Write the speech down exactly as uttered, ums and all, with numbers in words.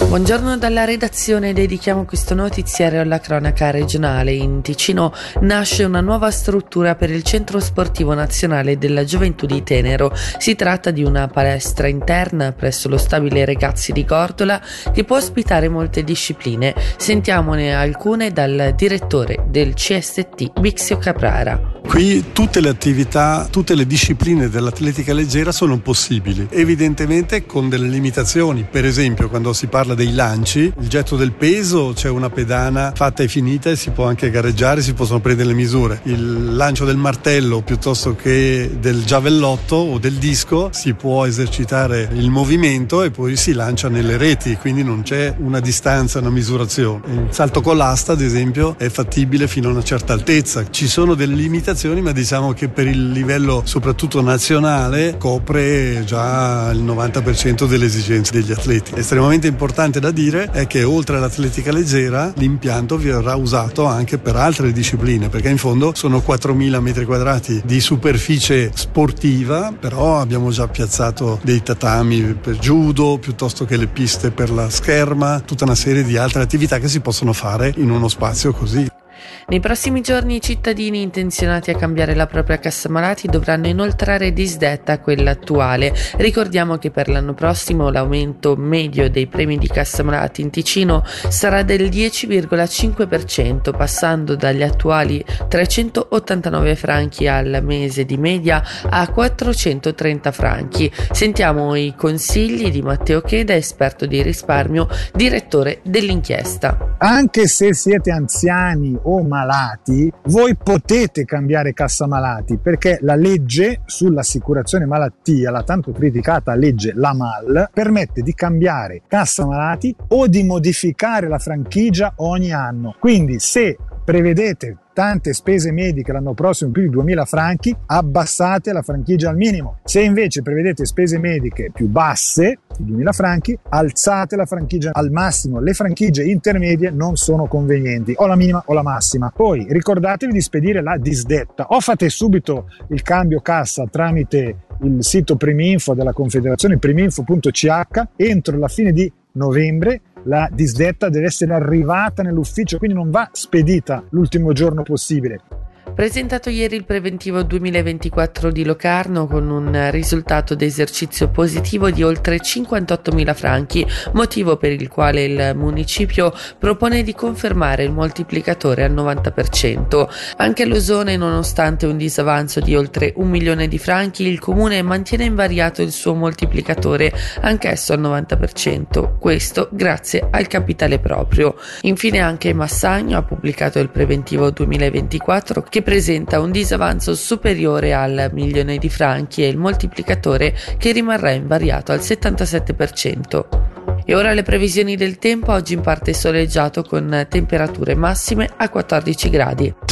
Buongiorno dalla redazione, dedichiamo questo notiziario alla cronaca regionale. In Ticino nasce una nuova struttura per il Centro Sportivo Nazionale della Gioventù di Tenero. Si tratta di una palestra interna presso lo stabile Regazzi di Gordola che può ospitare molte discipline. Sentiamone alcune dal direttore del C S T Bixio Caprara. Qui tutte le attività, tutte le discipline dell'atletica leggera sono possibili, evidentemente con delle limitazioni. Per esempio, quando si parla dei lanci, il getto del peso, c'è una pedana fatta e finita e si può anche gareggiare, si possono prendere le misure. Il lancio del martello piuttosto che del giavellotto o del disco, si può esercitare il movimento e poi si lancia nelle reti, quindi non c'è una distanza, una misurazione. Il salto con l'asta, ad esempio, è fattibile fino a una certa altezza. Ci sono delle limitazioni, ma diciamo che per il livello soprattutto nazionale copre già il novanta per cento delle esigenze degli atleti. Estremamente importante da dire è che oltre all'atletica leggera l'impianto verrà usato anche per altre discipline, perché in fondo sono quattromila metri quadrati di superficie sportiva, però abbiamo già piazzato dei tatami per judo piuttosto che le piste per la scherma, tutta una serie di altre attività che si possono fare in uno spazio così. Nei prossimi giorni i cittadini intenzionati a cambiare la propria cassa malati dovranno inoltrare disdetta a quella attuale. Ricordiamo che per l'anno prossimo l'aumento medio dei premi di cassa malati in Ticino sarà del dieci virgola cinque per cento, passando dagli attuali trecentottantanove franchi al mese di media a quattrocentotrenta franchi. Sentiamo i consigli di Matteo Cheda, esperto di risparmio, direttore dell'inchiesta. Anche se siete anziani o malati, voi potete cambiare cassa malati, perché la legge sull'assicurazione malattia, la tanto criticata legge LAMAL, permette di cambiare cassa malati o di modificare la franchigia ogni anno. Quindi se prevedete tante spese mediche l'anno prossimo più di duemila franchi, abbassate la franchigia al minimo. Se invece prevedete spese mediche più basse di duemila franchi, alzate la franchigia al massimo. Le franchigie intermedie non sono convenienti, o la minima o la massima. Poi ricordatevi di spedire la disdetta, o fate subito il cambio cassa tramite il sito Priminfo della Confederazione, priminfo punto c h. Entro la fine di novembre la disdetta deve essere arrivata nell'ufficio, quindi non va spedita l'ultimo giorno possibile. Presentato ieri il preventivo duemilaventiquattro di Locarno con un risultato d'esercizio positivo di oltre cinquantottomila franchi, motivo per il quale il municipio propone di confermare il moltiplicatore al novanta per cento. Anche a Losone, nonostante un disavanzo di oltre un milione di franchi, il comune mantiene invariato il suo moltiplicatore, anch'esso al novanta per cento, questo grazie al capitale proprio. Infine anche Massagno ha pubblicato il preventivo duemilaventiquattro che presenta un disavanzo superiore al milione di franchi e il moltiplicatore che rimarrà invariato al settantasette per cento. E ora le previsioni del tempo: oggi in parte soleggiato con temperature massime a quattordici gradi.